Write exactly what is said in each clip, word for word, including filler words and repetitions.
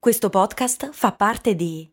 Questo podcast fa parte di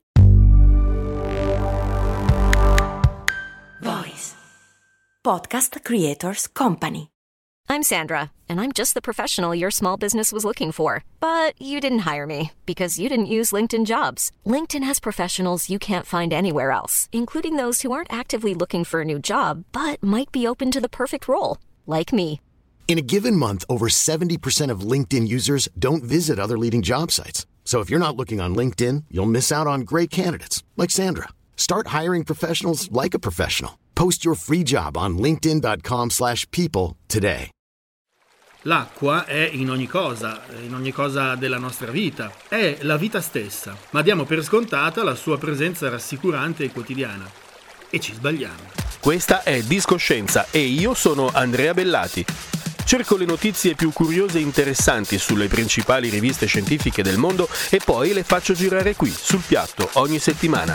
Voice Podcast Creators Company. I'm Sandra, and I'm just the professional your small business was looking for. But you didn't hire me because you didn't use LinkedIn Jobs. LinkedIn has professionals you can't find anywhere else, including those who aren't actively looking for a new job, but might be open to the perfect role, like me. In a given month, over seventy percent of LinkedIn users don't visit other leading job sites. So if you're not looking on LinkedIn, you'll miss out on great candidates like Sandra. Start hiring professionals like a professional. Post your free job on linkedin.com slash people today. L'acqua è in ogni cosa, in ogni cosa della nostra vita. È la vita stessa, ma diamo per scontata la sua presenza rassicurante e quotidiana. E ci sbagliamo. Questa è Discoscienza e io sono Andrea Bellati. Cerco le notizie più curiose e interessanti sulle principali riviste scientifiche del mondo e poi le faccio girare qui, sul piatto, ogni settimana.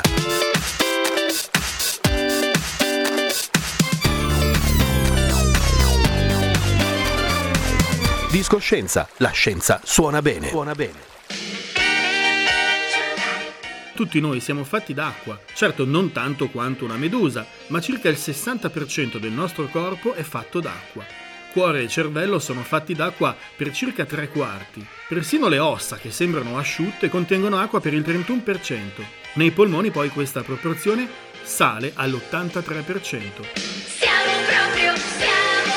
Discoscienza, la scienza suona bene. Suona bene. Tutti noi siamo fatti d'acqua, certo non tanto quanto una medusa, ma circa il sessanta per cento del nostro corpo è fatto d'acqua. Cuore e cervello sono fatti d'acqua per circa tre quarti. Persino le ossa, che sembrano asciutte, contengono acqua per il trentuno per cento. Nei polmoni poi questa proporzione sale all'ottantatré per cento. Siamo proprio, siamo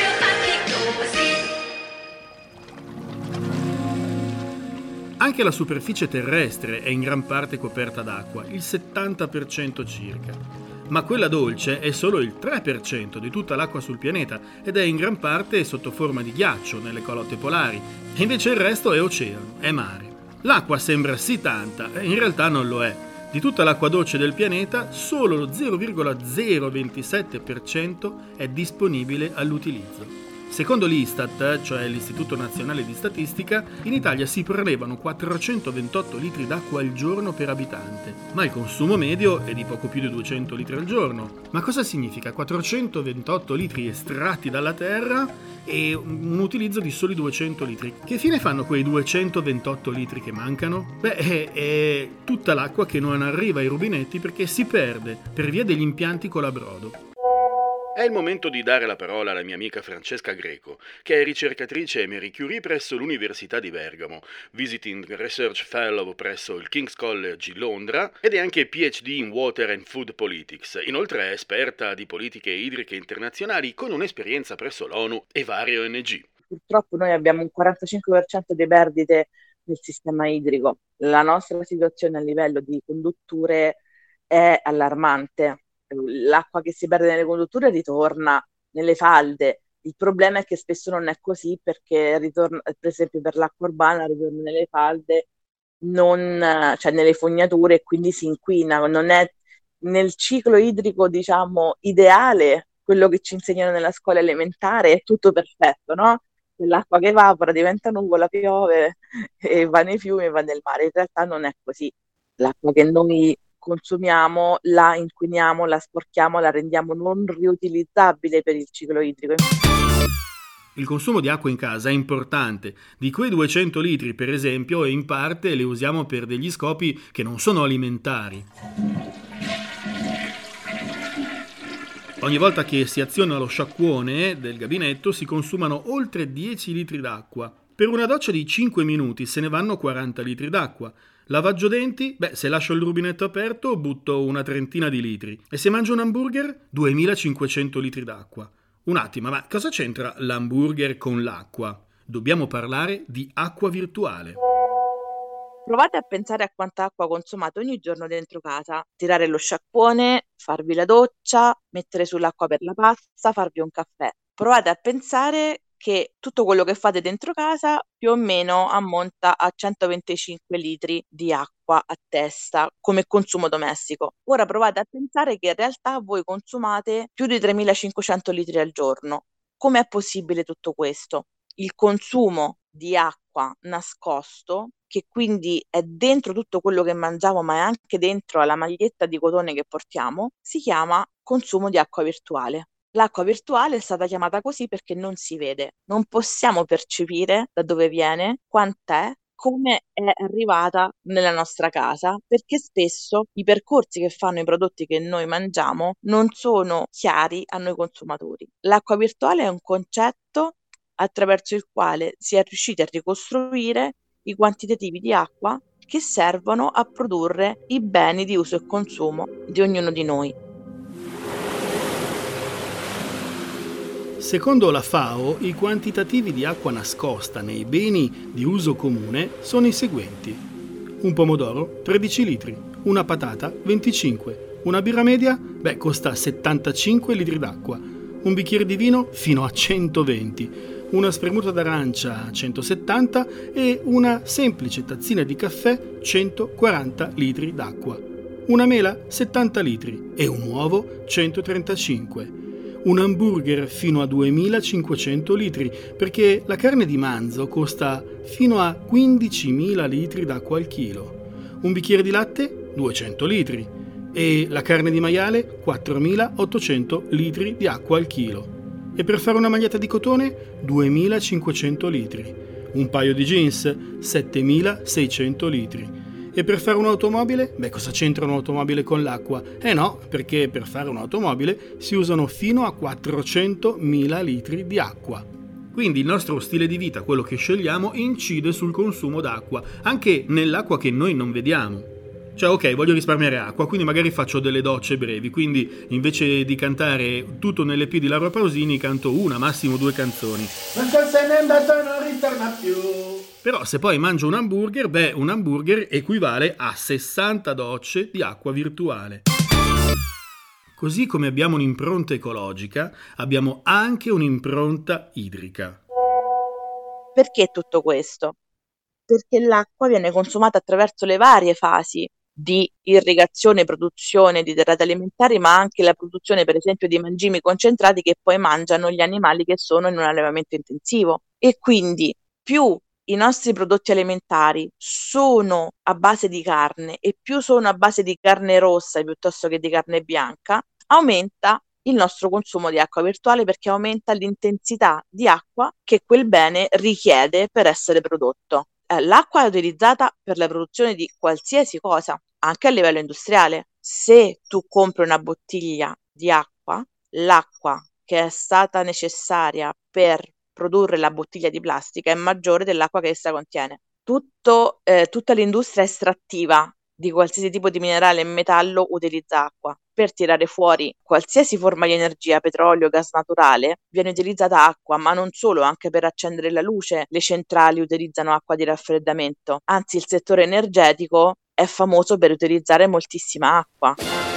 proprio fatti così. Anche la superficie terrestre è in gran parte coperta d'acqua, il settanta per cento circa. Ma quella dolce è solo il tre per cento di tutta l'acqua sul pianeta ed è in gran parte sotto forma di ghiaccio nelle calotte polari, e invece il resto è oceano, è mare. L'acqua sembra sì tanta, e in realtà non lo è. Di tutta l'acqua dolce del pianeta, solo lo zero virgola zero ventisette per cento è disponibile all'utilizzo. Secondo l'Istat, cioè l'Istituto Nazionale di Statistica, in Italia si prelevano quattrocentoventotto litri d'acqua al giorno per abitante, ma il consumo medio è di poco più di duecento litri al giorno. Ma cosa significa quattrocentoventotto litri estratti dalla terra e un utilizzo di soli duecento litri? Che fine fanno quei duecentoventotto litri che mancano? Beh, è, è tutta l'acqua che non arriva ai rubinetti perché si perde per via degli impianti colabrodo. È il momento di dare la parola alla mia amica Francesca Greco, che è ricercatrice Marie Curie presso l'Università di Bergamo, Visiting Research Fellow presso il King's College di Londra ed è anche P H D in Water and Food Politics. Inoltre è esperta di politiche idriche internazionali con un'esperienza presso l'ONU e varie O N G. Purtroppo noi abbiamo un quarantacinque per cento di perdite nel sistema idrico. La nostra situazione a livello di condutture è allarmante. L'acqua che si perde nelle condutture ritorna nelle falde. Il problema è che spesso non è così perché ritorna, per esempio per l'acqua urbana ritorna nelle falde, non, cioè nelle fognature e quindi si inquina. Non è nel ciclo idrico, diciamo, ideale, quello che ci insegnano nella scuola elementare, è tutto perfetto, no? L'acqua che evapora diventa nuvola, piove e va nei fiumi e va nel mare. In realtà non è così. L'acqua che noi consumiamo, la inquiniamo, la sporchiamo, la rendiamo non riutilizzabile per il ciclo idrico. Il consumo di acqua in casa è importante. Di quei duecento litri, per esempio, in parte le usiamo per degli scopi che non sono alimentari. Ogni volta che si aziona lo sciacquone del gabinetto si consumano oltre dieci litri d'acqua. Per una doccia di cinque minuti se ne vanno quaranta litri d'acqua. Lavaggio denti? Beh, se lascio il rubinetto aperto butto una trentina di litri. E se mangio un hamburger? duemilacinquecento litri d'acqua. Un attimo, ma cosa c'entra l'hamburger con l'acqua? Dobbiamo parlare di acqua virtuale. Provate a pensare a quanta acqua consumate ogni giorno dentro casa. Tirare lo sciacquone, farvi la doccia, mettere sull'acqua per la pasta, farvi un caffè. Provate a pensare che tutto quello che fate dentro casa più o meno ammonta a centoventicinque litri di acqua a testa come consumo domestico. Ora provate a pensare che in realtà voi consumate più di tremilacinquecento litri al giorno. Com'è possibile tutto questo? Il consumo di acqua nascosto, che quindi è dentro tutto quello che mangiamo, ma è anche dentro alla maglietta di cotone che portiamo, si chiama consumo di acqua virtuale. L'acqua virtuale è stata chiamata così perché non si vede, non possiamo percepire da dove viene, quant'è, come è arrivata nella nostra casa, perché spesso i percorsi che fanno i prodotti che noi mangiamo non sono chiari a noi consumatori. L'acqua virtuale è un concetto attraverso il quale si è riusciti a ricostruire i quantitativi di acqua che servono a produrre i beni di uso e consumo di ognuno di noi. Secondo la FAO, i quantitativi di acqua nascosta nei beni di uso comune sono i seguenti. Un pomodoro, tredici litri, una patata, venticinque, una birra media, beh, costa settantacinque litri d'acqua, un bicchiere di vino fino a centoventi, una spremuta d'arancia centosettanta e una semplice tazzina di caffè centoquaranta litri d'acqua, una mela settanta litri e un uovo centotrentacinque. Un hamburger fino a duemilacinquecento litri, perché la carne di manzo costa fino a quindicimila litri d'acqua al chilo. Un bicchiere di latte duecento litri e la carne di maiale quattromilaottocento litri di acqua al chilo. E per fare una maglietta di cotone duemilacinquecento litri. Un paio di jeans settemilaseicento litri. E per fare un'automobile? Beh, cosa c'entra un'automobile con l'acqua? Eh no, perché per fare un'automobile si usano fino a quattrocentomila litri di acqua. Quindi il nostro stile di vita, quello che scegliamo, incide sul consumo d'acqua, anche nell'acqua che noi non vediamo. Cioè, ok, voglio risparmiare acqua, quindi magari faccio delle docce brevi, quindi invece di cantare tutto nell'E P di Laura Pausini, canto una, massimo due canzoni. Non se n'è andato, non ritorna più. Però se poi mangio un hamburger, beh, un hamburger equivale a sessanta docce di acqua virtuale. Così come abbiamo un'impronta ecologica, abbiamo anche un'impronta idrica. Perché tutto questo? Perché l'acqua viene consumata attraverso le varie fasi di irrigazione e produzione di derrate alimentari, ma anche la produzione, per esempio, di mangimi concentrati che poi mangiano gli animali che sono in un allevamento intensivo. E quindi più i nostri prodotti alimentari sono a base di carne e più sono a base di carne rossa piuttosto che di carne bianca, aumenta il nostro consumo di acqua virtuale, perché aumenta l'intensità di acqua che quel bene richiede per essere prodotto. Eh, l'acqua è utilizzata per la produzione di qualsiasi cosa, anche a livello industriale. Se tu compri una bottiglia di acqua, l'acqua che è stata necessaria per produrre la bottiglia di plastica è maggiore dell'acqua che essa contiene. Tutto, eh, tutta l'industria estrattiva di qualsiasi tipo di minerale e metallo utilizza acqua. Per tirare fuori qualsiasi forma di energia, petrolio, gas naturale, viene utilizzata acqua, ma non solo, anche per accendere la luce le centrali utilizzano acqua di raffreddamento. Anzi, il settore energetico è famoso per utilizzare moltissima acqua.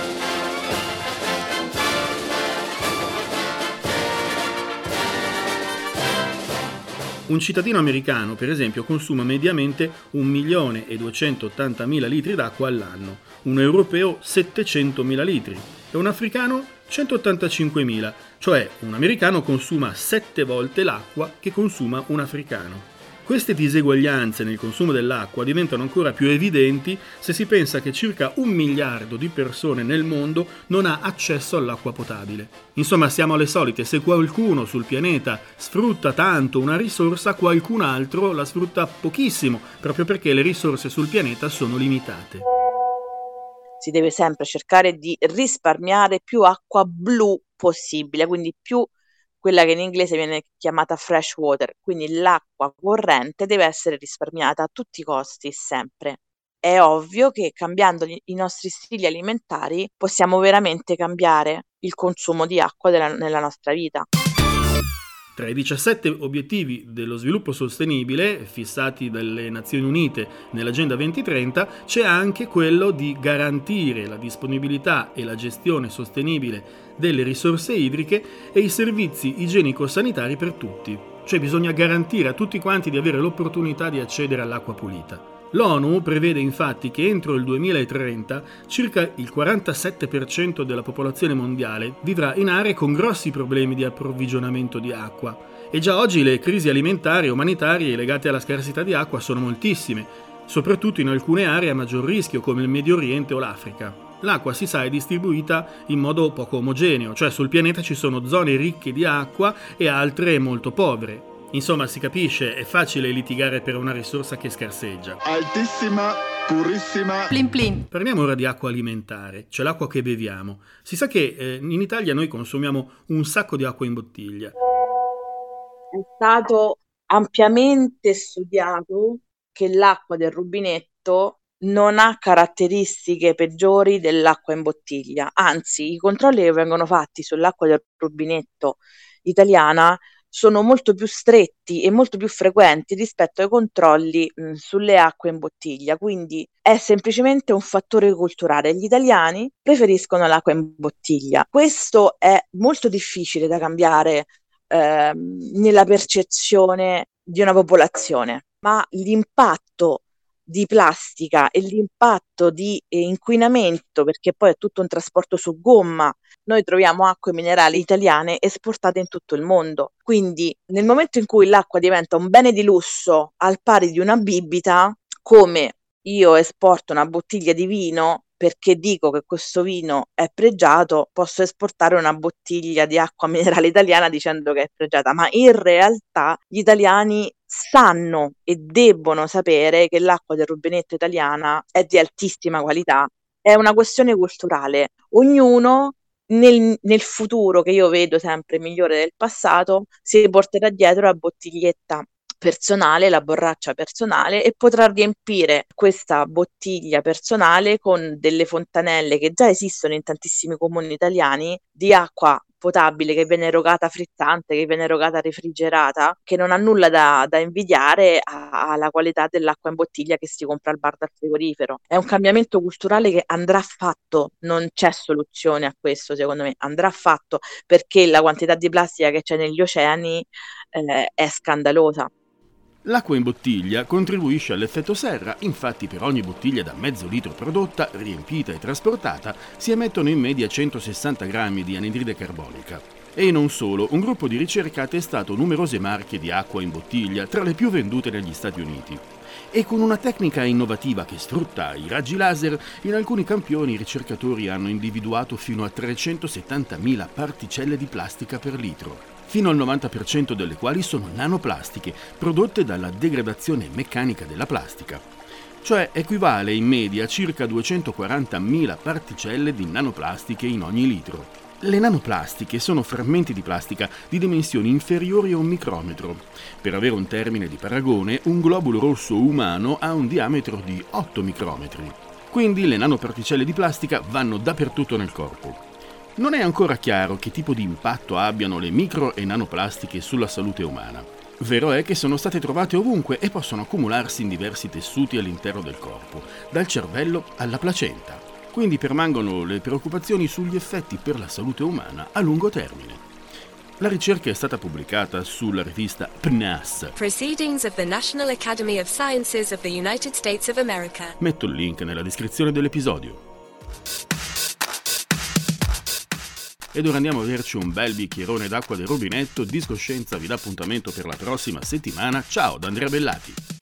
Un cittadino americano, per esempio, consuma mediamente un milione e duecentottantamila litri d'acqua all'anno, un europeo settecentomila litri e un africano centottantacinquemila, cioè un americano consuma sette volte l'acqua che consuma un africano. Queste diseguaglianze nel consumo dell'acqua diventano ancora più evidenti se si pensa che circa un miliardo di persone nel mondo non ha accesso all'acqua potabile. Insomma, siamo alle solite: se qualcuno sul pianeta sfrutta tanto una risorsa, qualcun altro la sfrutta pochissimo, proprio perché le risorse sul pianeta sono limitate. Si deve sempre cercare di risparmiare più acqua blu possibile, quindi più quella che in inglese viene chiamata fresh water, quindi l'acqua corrente deve essere risparmiata a tutti i costi, sempre. È ovvio che cambiando gli, i nostri stili alimentari possiamo veramente cambiare il consumo di acqua della, nella nostra vita. Tra i diciassette obiettivi dello sviluppo sostenibile fissati dalle Nazioni Unite nell'Agenda duemilatrenta c'è anche quello di garantire la disponibilità e la gestione sostenibile delle risorse idriche e i servizi igienico-sanitari per tutti. Cioè bisogna garantire a tutti quanti di avere l'opportunità di accedere all'acqua pulita. L'ONU prevede infatti che entro il duemilatrenta circa il quarantasette per cento della popolazione mondiale vivrà in aree con grossi problemi di approvvigionamento di acqua. E già oggi le crisi alimentari e umanitarie legate alla scarsità di acqua sono moltissime, soprattutto in alcune aree a maggior rischio come il Medio Oriente o l'Africa. L'acqua, si sa, è distribuita in modo poco omogeneo, cioè sul pianeta ci sono zone ricche di acqua e altre molto povere. Insomma, si capisce, è facile litigare per una risorsa che scarseggia. Altissima, purissima. Plin plin. Parliamo ora di acqua alimentare, cioè l'acqua che beviamo. Si sa che eh, in Italia noi consumiamo un sacco di acqua in bottiglia. È stato ampiamente studiato che l'acqua del rubinetto non ha caratteristiche peggiori dell'acqua in bottiglia, anzi i controlli che vengono fatti sull'acqua del rubinetto italiana sono molto più stretti e molto più frequenti rispetto ai controlli mh, sulle acque in bottiglia, quindi è semplicemente un fattore culturale. Gli italiani preferiscono l'acqua in bottiglia. Questo è molto difficile da cambiare ehm, nella percezione di una popolazione, ma l'impatto di plastica e l'impatto di eh, inquinamento, perché poi è tutto un trasporto su gomma. Noi troviamo acque minerali italiane esportate in tutto il mondo, quindi nel momento in cui l'acqua diventa un bene di lusso al pari di una bibita, come io esporto una bottiglia di vino perché dico che questo vino è pregiato, posso esportare una bottiglia di acqua minerale italiana dicendo che è pregiata, ma in realtà gli italiani sanno e debbono sapere che l'acqua del rubinetto italiana è di altissima qualità. È una questione culturale. Ognuno nel, nel futuro, che io vedo sempre migliore del passato, si porterà dietro la bottiglietta personale, la borraccia personale, e potrà riempire questa bottiglia personale con delle fontanelle che già esistono in tantissimi comuni italiani di acqua potabile che viene erogata frizzante, che viene erogata refrigerata, che non ha nulla da, da invidiare a- alla qualità dell'acqua in bottiglia che si compra al bar dal frigorifero. È un cambiamento culturale che andrà fatto, non c'è soluzione a questo, secondo me, andrà fatto, perché la quantità di plastica che c'è negli oceani eh, è scandalosa. L'acqua in bottiglia contribuisce all'effetto serra, infatti per ogni bottiglia da mezzo litro prodotta, riempita e trasportata, si emettono in media centosessanta grammi di anidride carbonica. E non solo, un gruppo di ricerca ha testato numerose marche di acqua in bottiglia, tra le più vendute negli Stati Uniti. E con una tecnica innovativa che sfrutta i raggi laser, in alcuni campioni i ricercatori hanno individuato fino a trecentosettantamila particelle di plastica per litro, fino al novanta per cento delle quali sono nanoplastiche, prodotte dalla degradazione meccanica della plastica. Cioè equivale in media a circa duecentoquarantamila particelle di nanoplastiche in ogni litro. Le nanoplastiche sono frammenti di plastica di dimensioni inferiori a un micrometro. Per avere un termine di paragone, un globulo rosso umano ha un diametro di otto micrometri. Quindi le nanoparticelle di plastica vanno dappertutto nel corpo. Non è ancora chiaro che tipo di impatto abbiano le micro e nanoplastiche sulla salute umana. Vero è che sono state trovate ovunque e possono accumularsi in diversi tessuti all'interno del corpo, dal cervello alla placenta. Quindi permangono le preoccupazioni sugli effetti per la salute umana a lungo termine. La ricerca è stata pubblicata sulla rivista P N A S, Proceedings of the National Academy of Sciences of the United States of America. Metto il link nella descrizione dell'episodio. Ed ora andiamo a averci un bel bicchierone d'acqua del rubinetto. Discoscienza vi dà appuntamento per la prossima settimana. Ciao da Andrea Bellati.